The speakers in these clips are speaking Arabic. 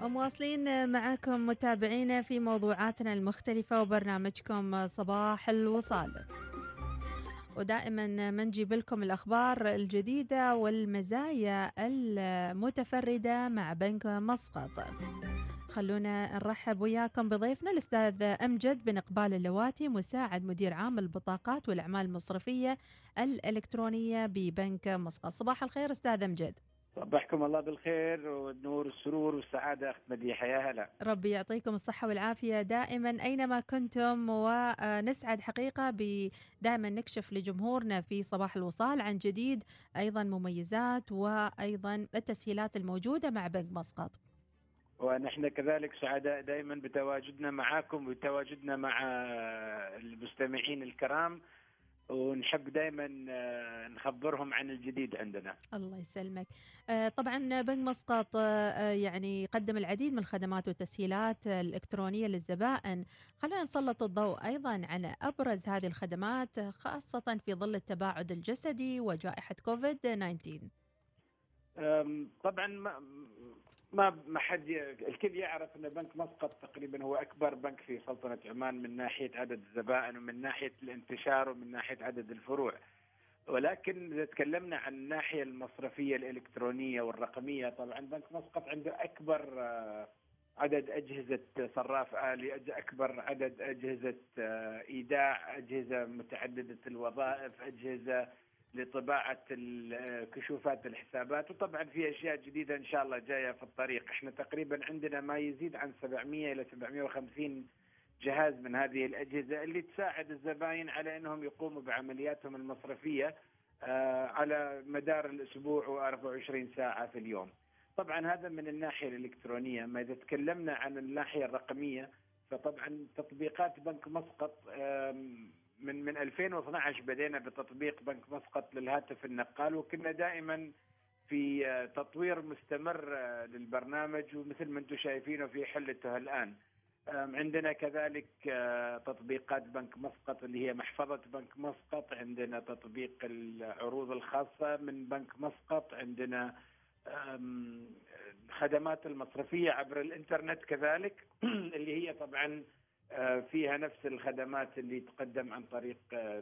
مواصلين معكم متابعينا في موضوعاتنا المختلفة وبرنامجكم صباح الوصال، ودائما ما نجيب لكم الأخبار الجديدة والمزايا المتفردة مع بنك مسقط. خلونا نرحب وياكم بضيفنا الأستاذ أمجد بن إقبال اللواتي، مساعد مدير عام البطاقات والأعمال المصرفية الإلكترونية ببنك مسقط. صباح الخير أستاذ أمجد. صبحكم الله بالخير والنور والسرور والسعادة أخت مديحة، يا هلا. ربي يعطيكم الصحة والعافية دائما أينما كنتم، ونسعد حقيقة دائما نكشف لجمهورنا في صباح الوصال عن جديد، أيضا مميزات وأيضا التسهيلات الموجودة مع بنك مسقط. ونحن كذلك سعداء دائما بتواجدنا معكم وتواجدنا مع المستمعين الكرام، ونحب دائما نخبرهم عن الجديد عندنا. الله يسلمك. طبعا بنك مسقط يعني يقدم العديد من الخدمات والتسهيلات الإلكترونية للزبائن. خلينا نسلط الضوء أيضا على أبرز هذه الخدمات، خاصة في ظل التباعد الجسدي وجائحة كوفيد 19. طبعا ما حد الكل يعرف ان بنك مسقط تقريبا هو اكبر بنك في سلطنة عمان من ناحية عدد الزبائن ومن ناحية الانتشار ومن ناحية عدد الفروع. ولكن إذا تكلمنا عن الناحية المصرفية الإلكترونية والرقمية، طبعا بنك مسقط عنده أكبر عدد أجهزة صراف آلي، أكبر عدد أجهزة إيداع، أجهزة متعددة الوظائف، أجهزة لطباعة كشوفات الحسابات، وطبعا في أشياء جديدة إن شاء الله جاية في الطريق. احنا تقريبا عندنا ما يزيد عن 700 إلى 750 جهاز من هذه الأجهزة اللي تساعد الزبائن على أنهم يقوموا بعملياتهم المصرفية على مدار الأسبوع و24 ساعة في اليوم. طبعا هذا من الناحية الإلكترونية. ما إذا تكلمنا عن الناحية الرقمية، فطبعا تطبيقات بنك مسقط من 2012 بدينا بتطبيق بنك مسقط للهاتف النقال، وكنا دائما في تطوير مستمر للبرنامج، ومثل ما انتم شايفينه في حلته الآن. عندنا كذلك تطبيقات بنك مسقط اللي هي محفظة بنك مسقط، عندنا تطبيق العروض الخاصة من بنك مسقط، عندنا خدمات المصرفية عبر الإنترنت كذلك اللي هي طبعا فيها نفس الخدمات اللي تقدم عن طريق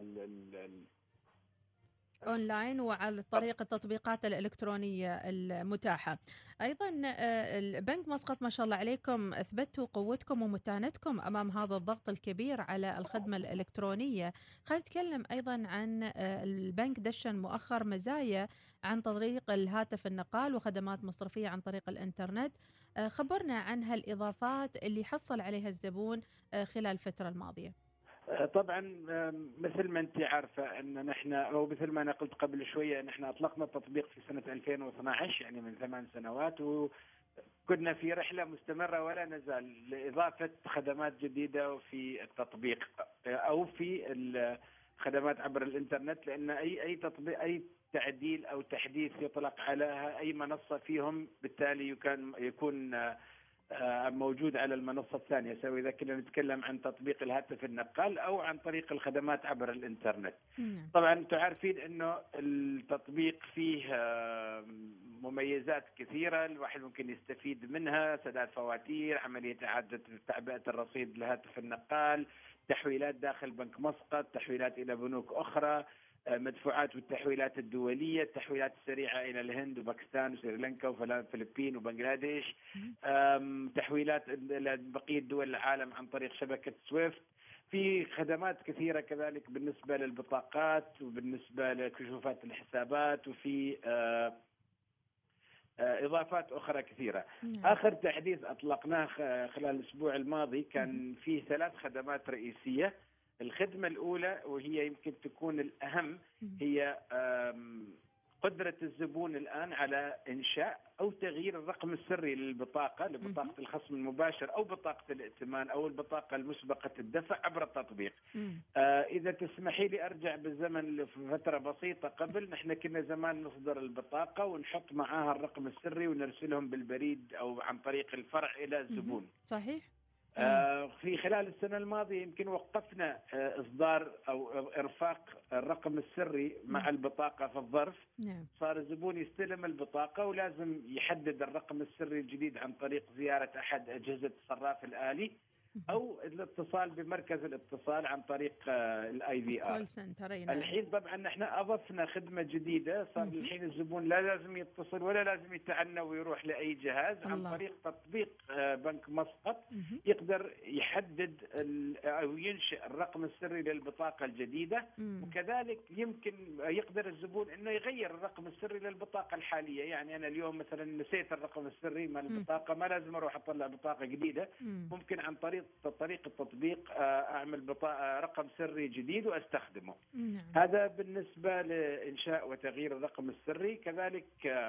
اونلاين وعلى طريق التطبيقات الالكترونيه المتاحه. ايضا البنك مسقط ما شاء الله عليكم اثبتوا قوتكم ومتانتكم امام هذا الضغط الكبير على الخدمه الالكترونيه. خلينا نتكلم ايضا عن البنك دشن مؤخر مزايا عن طريق الهاتف النقال وخدمات مصرفيه عن طريق الانترنت. خبرنا عن هالاضافات اللي حصل عليها الزبون خلال الفتره الماضيه. طبعا مثل ما انت عارفه ان نحن، او مثل ما انا قلت قبل شويه، ان احنا اطلقنا التطبيق في سنه 2012، يعني من 8 سنوات، وكنا في رحله مستمره ولا نزال لاضافه خدمات جديده في التطبيق او في الخدمات عبر الانترنت، لان اي تطبيق، اي تعديل او تحديث يطلق على اي منصه فيهم بالتالي يكون موجود على المنصة الثانية، سواء إذا كنا نتكلم عن تطبيق الهاتف النقال أو عن طريق الخدمات عبر الإنترنت. طبعا تعرفين أنه التطبيق فيه مميزات كثيرة الواحد ممكن يستفيد منها: سداد فواتير، عملية إعادة تعبئة الرصيد للهاتف النقال، تحويلات داخل بنك مسقط، تحويلات إلى بنوك أخرى، مدفوعات والتحويلات الدولية، التحويلات السريعة إلى الهند وباكستان وسريلانكا والفلبين وبنغلاديش، تحويلات إلى بقية دول العالم عن طريق شبكة سويفت. في خدمات كثيرة كذلك بالنسبة للبطاقات وبالنسبة لكشوفات الحسابات، وفي إضافات أخرى كثيرة. آخر تحديث أطلقناه خلال الأسبوع الماضي كان فيه 3 خدمات رئيسية. الخدمة الأولى وهي يمكن تكون الأهم هي قدرة الزبون الآن على إنشاء أو تغيير الرقم السري للبطاقة، لبطاقة الخصم المباشر أو بطاقة الائتمان أو البطاقة المسبقة الدفع عبر التطبيق. إذا تسمحي لي أرجع بالزمن لفترة بسيطة قبل. نحن كنا زمان نصدر البطاقة ونحط معاها الرقم السري ونرسلهم بالبريد أو عن طريق الفرع إلى الزبون. صحيح. في خلال السنة الماضية يمكن وقفنا إصدار أو إرفاق الرقم السري مع البطاقة في الظرف. نعم. صار الزبون يستلم البطاقة ولازم يحدد الرقم السري الجديد عن طريق زيارة أحد أجهزة الصراف الآلي أو الاتصال بمركز الاتصال عن طريق الاي في ار. الحين طبعا احنا اضفنا خدمه جديده، صار الحين الزبون لا لازم يتصل ولا لازم يتعنى ويروح لاي جهاز. عن طريق تطبيق بنك مسقط يقدر يحدد او ينشئ الرقم السري للبطاقه الجديده، وكذلك يمكن يقدر الزبون انه يغير الرقم السري للبطاقه الحاليه. يعني انا اليوم مثلا نسيت الرقم السري مال البطاقه، ما لازم اروح اطلع بطاقه جديده، ممكن عن طريق التطبيق اعمل رقم سري جديد واستخدمه. هذا بالنسبه لانشاء وتغيير الرقم السري. كذلك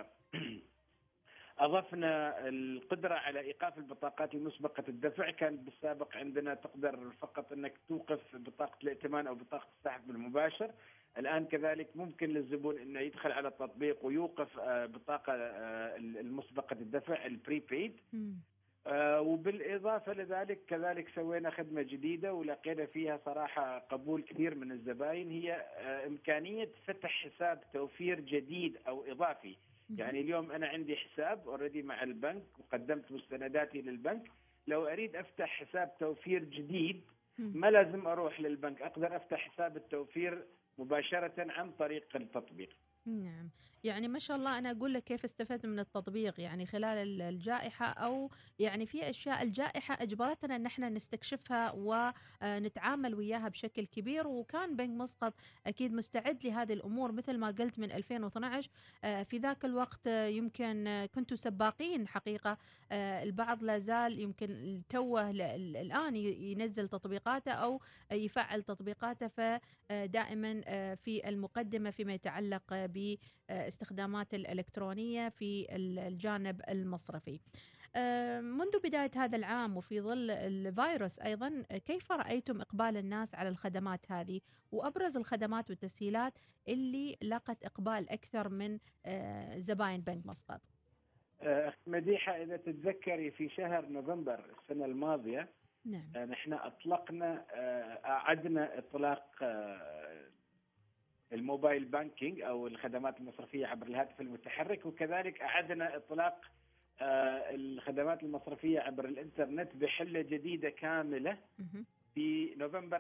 اضفنا القدره على ايقاف البطاقات المسبقه الدفع. كان بالسابق عندنا تقدر فقط انك توقف بطاقه الائتمان او بطاقه السحب المباشر، الان كذلك ممكن للزبون انه يدخل على التطبيق ويوقف بطاقه المسبقه الدفع البريبيد. وبالإضافة لذلك كذلك سوينا خدمة جديدة ولقينا فيها صراحة قبول كثير من الزبائن، هي إمكانية فتح حساب توفير جديد أو إضافي. يعني اليوم أنا عندي حساب أوريدي مع البنك وقدمت مستنداتي للبنك، لو أريد أفتح حساب توفير جديد ما لازم أروح للبنك، أقدر أفتح حساب التوفير مباشرة عن طريق التطبيق. نعم، يعني ما شاء الله. أنا أقول لك كيف استفدت من التطبيق يعني خلال الجائحة، أو يعني في أشياء الجائحة أجبرتنا أن احنا نستكشفها ونتعامل وياها بشكل كبير، وكان بنك مسقط أكيد مستعد لهذه الأمور مثل ما قلت من 2012. في ذاك الوقت يمكن كنتوا سباقين حقيقة. البعض لا زال يمكن توه الآن ينزل تطبيقاته أو يفعل تطبيقاته، فدائما في المقدمة فيما يتعلق باستخدامات الإلكترونية في الجانب المصرفي. منذ بداية هذا العام وفي ظل الفيروس أيضا، كيف رأيتم إقبال الناس على الخدمات هذه، وأبرز الخدمات والتسهيلات اللي لاقت إقبال أكثر من زباين بنك مسقط؟ مديحة، إذا تتذكري في شهر نوفمبر السنة الماضية نعم. نحن أطلقنا أعدنا إطلاق الموبايل بانكينج أو الخدمات المصرفية عبر الهاتف المتحرك، وكذلك أعدنا إطلاق الخدمات المصرفية عبر الإنترنت بحلة جديدة كاملة في نوفمبر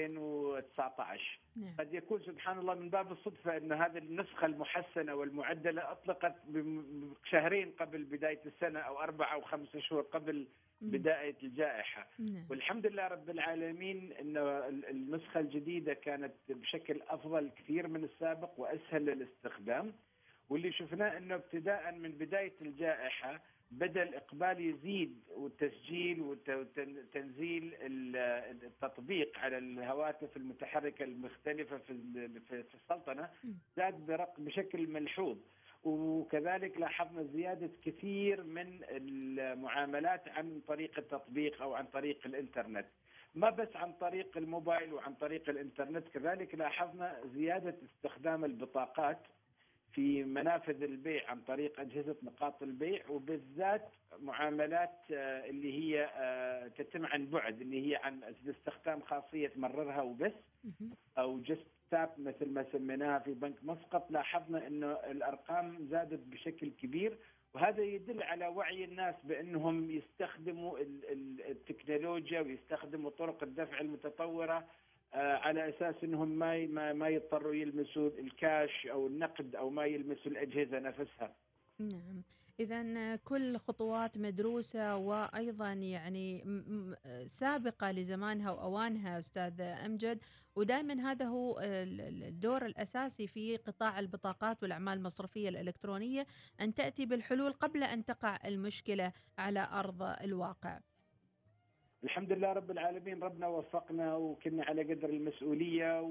2019. نعم. قد يكون سبحان الله من باب الصدفة أن هذه النسخة المحسنة والمعدلة أطلقت بشهرين قبل بداية السنة أو 4 أو 5 شهور قبل بداية الجائحة. والحمد لله رب العالمين أن النسخة الجديدة كانت بشكل أفضل كثير من السابق وأسهل للاستخدام. واللي شفناه أنه ابتداء من بداية الجائحة بدأ الإقبال يزيد، والتسجيل وتنزيل التطبيق على الهواتف المتحركة المختلفة في السلطنة زاد بشكل ملحوظ. وكذلك لاحظنا زيادة كثير من المعاملات عن طريق التطبيق أو عن طريق الإنترنت، ما بس عن طريق الموبايل وعن طريق الإنترنت. كذلك لاحظنا زيادة استخدام البطاقات في منافذ البيع عن طريق أجهزة نقاط البيع، وبالذات معاملات اللي هي تتم عن بعد، اللي هي عن استخدام خاصية مررها وبس أو جست تاب مثل ما سميناها في بنك مسقط. لاحظنا أنه الأرقام زادت بشكل كبير، وهذا يدل على وعي الناس بأنهم يستخدموا التكنولوجيا ويستخدموا طرق الدفع المتطورة على أساس أنهم ما يضطروا يلمسوا الكاش أو النقد أو ما يلمسوا الأجهزة نفسها. نعم، إذا كل خطوات مدروسة وأيضا يعني سابقة لزمانها وأوانها أستاذ أمجد، ودائما هذا هو الدور الأساسي في قطاع البطاقات والأعمال المصرفية الإلكترونية، أن تأتي بالحلول قبل أن تقع المشكلة على أرض الواقع. الحمد لله رب العالمين، ربنا وفقنا وكنا على قدر المسؤولية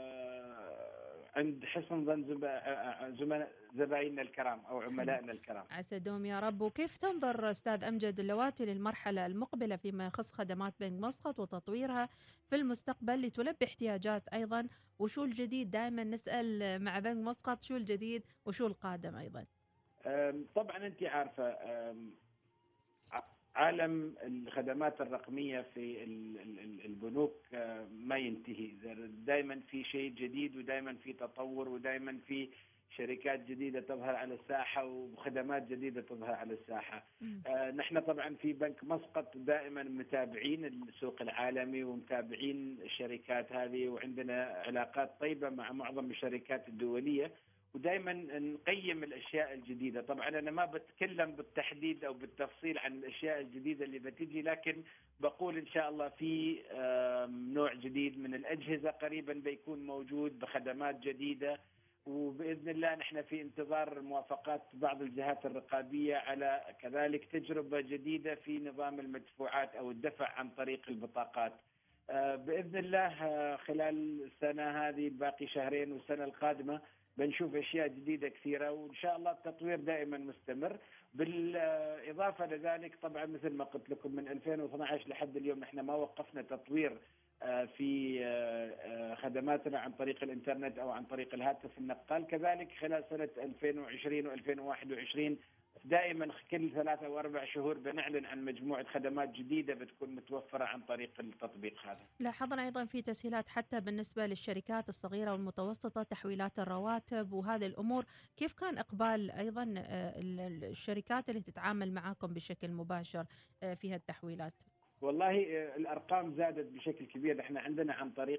وعند حسن ظن زبائننا الكرام أو عملائنا الكرام. عسى دوم يا رب. وكيف تنظر أستاذ أمجد اللواتي للمرحلة المقبلة فيما يخص خدمات بنك مسقط وتطويرها في المستقبل لتلبي احتياجات أيضا؟ وشو الجديد؟ دائما نسأل مع بنك مسقط شو الجديد وشو القادم أيضا. طبعا أنت عارفة عالم الخدمات الرقمية في البنوك ما ينتهي، دائما في شيء جديد ودائما في تطور ودائما في شركات جديدة تظهر على الساحة وخدمات جديدة تظهر على الساحة. نحن طبعا في بنك مسقط دائما متابعين السوق العالمي ومتابعين الشركات هذه، وعندنا علاقات طيبة مع معظم الشركات الدولية، ودائما نقيم الاشياء الجديده. طبعا انا ما بتكلم بالتحديد او بالتفصيل عن الاشياء الجديده اللي بتجي، لكن بقول ان شاء الله في نوع جديد من الاجهزه قريبا بيكون موجود بخدمات جديده، وباذن الله نحن في انتظار موافقات بعض الجهات الرقابيه على كذلك تجربه جديده في نظام المدفوعات او الدفع عن طريق البطاقات. باذن الله خلال السنه هذه باقي شهرين والسنه القادمه بنشوف اشياء جديده كثيره، وان شاء الله التطوير دائما مستمر. بالاضافه لذلك طبعا مثل ما قلت لكم من 2012 لحد اليوم نحن ما وقفنا تطوير في خدماتنا عن طريق الانترنت او عن طريق الهاتف النقال. كذلك خلال سنه 2020 و2021 دائما كل 3 أو 4 شهور بنعلن عن مجموعة خدمات جديدة بتكون متوفرة عن طريق التطبيق هذا. لاحظنا أيضا في تسهيلات حتى بالنسبة للشركات الصغيرة والمتوسطة، تحويلات الرواتب وهذه الأمور. كيف كان إقبال أيضا الشركات اللي تتعامل معكم بشكل مباشر في هالتحويلات؟ والله الارقام زادت بشكل كبير. احنا عندنا عن طريق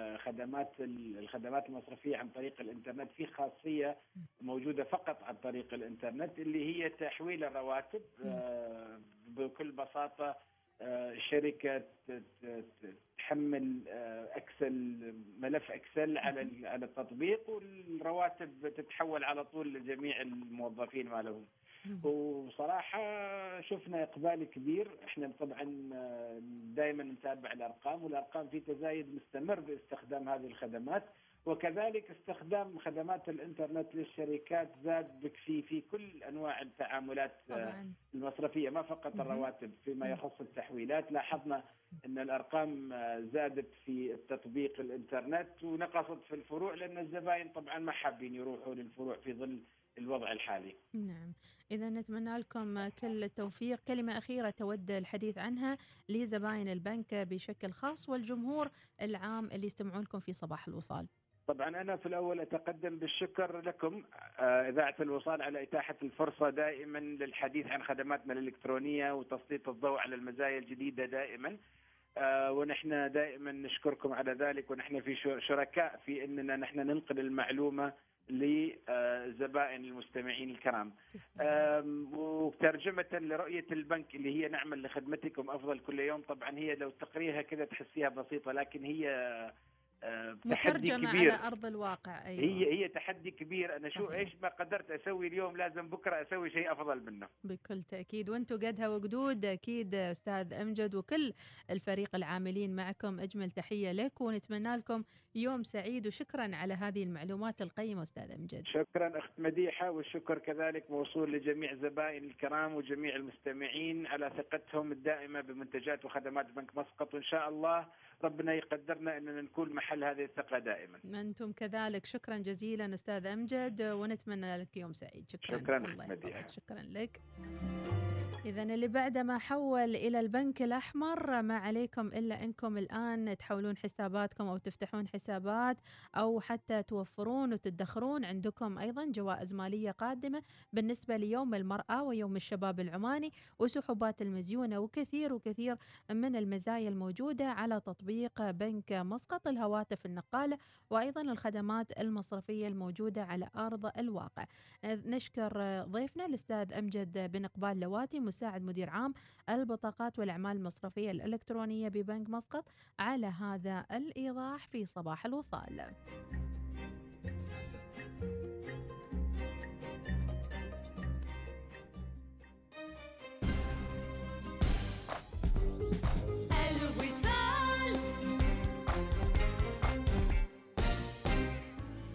الخدمات المصرفيه عن طريق الانترنت في خاصيه موجوده فقط عن طريق الانترنت اللي هي تحويل الرواتب. بكل بساطه شركه تحمل اكسل، ملف اكسل على التطبيق، والرواتب تتحول على طول لجميع الموظفين ما لهم. وصراحة شفنا إقبال كبير. احنا طبعا دائما نتابع الأرقام، والأرقام في تزايد مستمر باستخدام هذه الخدمات، وكذلك استخدام خدمات الإنترنت للشركات زاد في كل أنواع التعاملات طبعاً المصرفية، ما فقط الرواتب. فيما يخص التحويلات لاحظنا أن الأرقام زادت في التطبيق الإنترنت ونقصت في الفروع، لأن الزبائن طبعا ما حابين يروحوا للفروع في ظل الوضع الحالي. نعم، إذا نتمنى لكم كل التوفيق. كلمة أخيرة تود الحديث عنها لزبائن البنك بشكل خاص والجمهور العام اللي يستمعون لكم في صباح الوصال. طبعا أنا في الأول أتقدم بالشكر لكم إذاعة الوصال على إتاحة الفرصة دائما للحديث عن خدماتنا الإلكترونية وتسليط الضوء على المزايا الجديدة دائما. ونحن دائما نشكركم على ذلك، ونحن في شركاء في أننا نحن ننقل المعلومة لزبائن المستمعين الكرام. وترجمة لرؤية البنك اللي هي نعمل لخدمتكم أفضل كل يوم. طبعا هي لو تقريها كذا تحسيها بسيطة، لكن هي تحدي كبير على أرض الواقع. أيوة. هي تحدي كبير. أنا إيش ما قدرت أسوي اليوم لازم بكرة أسوي شيء أفضل منه. بكل تأكيد، وأنتوا قدها وقدود أكيد أستاذ أمجد وكل الفريق العاملين معكم. أجمل تحية لك ونتمنى لكم يوم سعيد، وشكرا على هذه المعلومات القيمة أستاذ أمجد. شكرا أخت مديحة، والشكر كذلك موصول لجميع زبائن الكرام وجميع المستمعين على ثقتهم الدائمة بمنتجات وخدمات بنك مسقط، وإن شاء الله ربنا يقدرنا أننا نكون محل هذه الثقة دائما. أنتم كذلك. شكرا جزيلا أستاذ أمجد، ونتمنى لك يوم سعيد. شكرا الله يحفظك. شكرا لك. إذا اللي بعد ما حول إلى البنك الأحمر ما عليكم إلا أنكم الآن تحولون حساباتكم أو تفتحون حسابات أو حتى توفرون وتدخرون. عندكم أيضا جوائز مالية قادمة بالنسبة ليوم المرأة ويوم الشباب العماني وسحوبات المزيونة وكثير وكثير من المزايا الموجودة على تطبيق بنك مسقط، الهواتف النقالة وأيضا الخدمات المصرفية الموجودة على أرض الواقع. نشكر ضيفنا الأستاذ أمجد بن قبال لواتي مساعد مدير عام البطاقات والأعمال المصرفية الإلكترونية ببنك مسقط على هذا الإيضاح في صباح الوصال.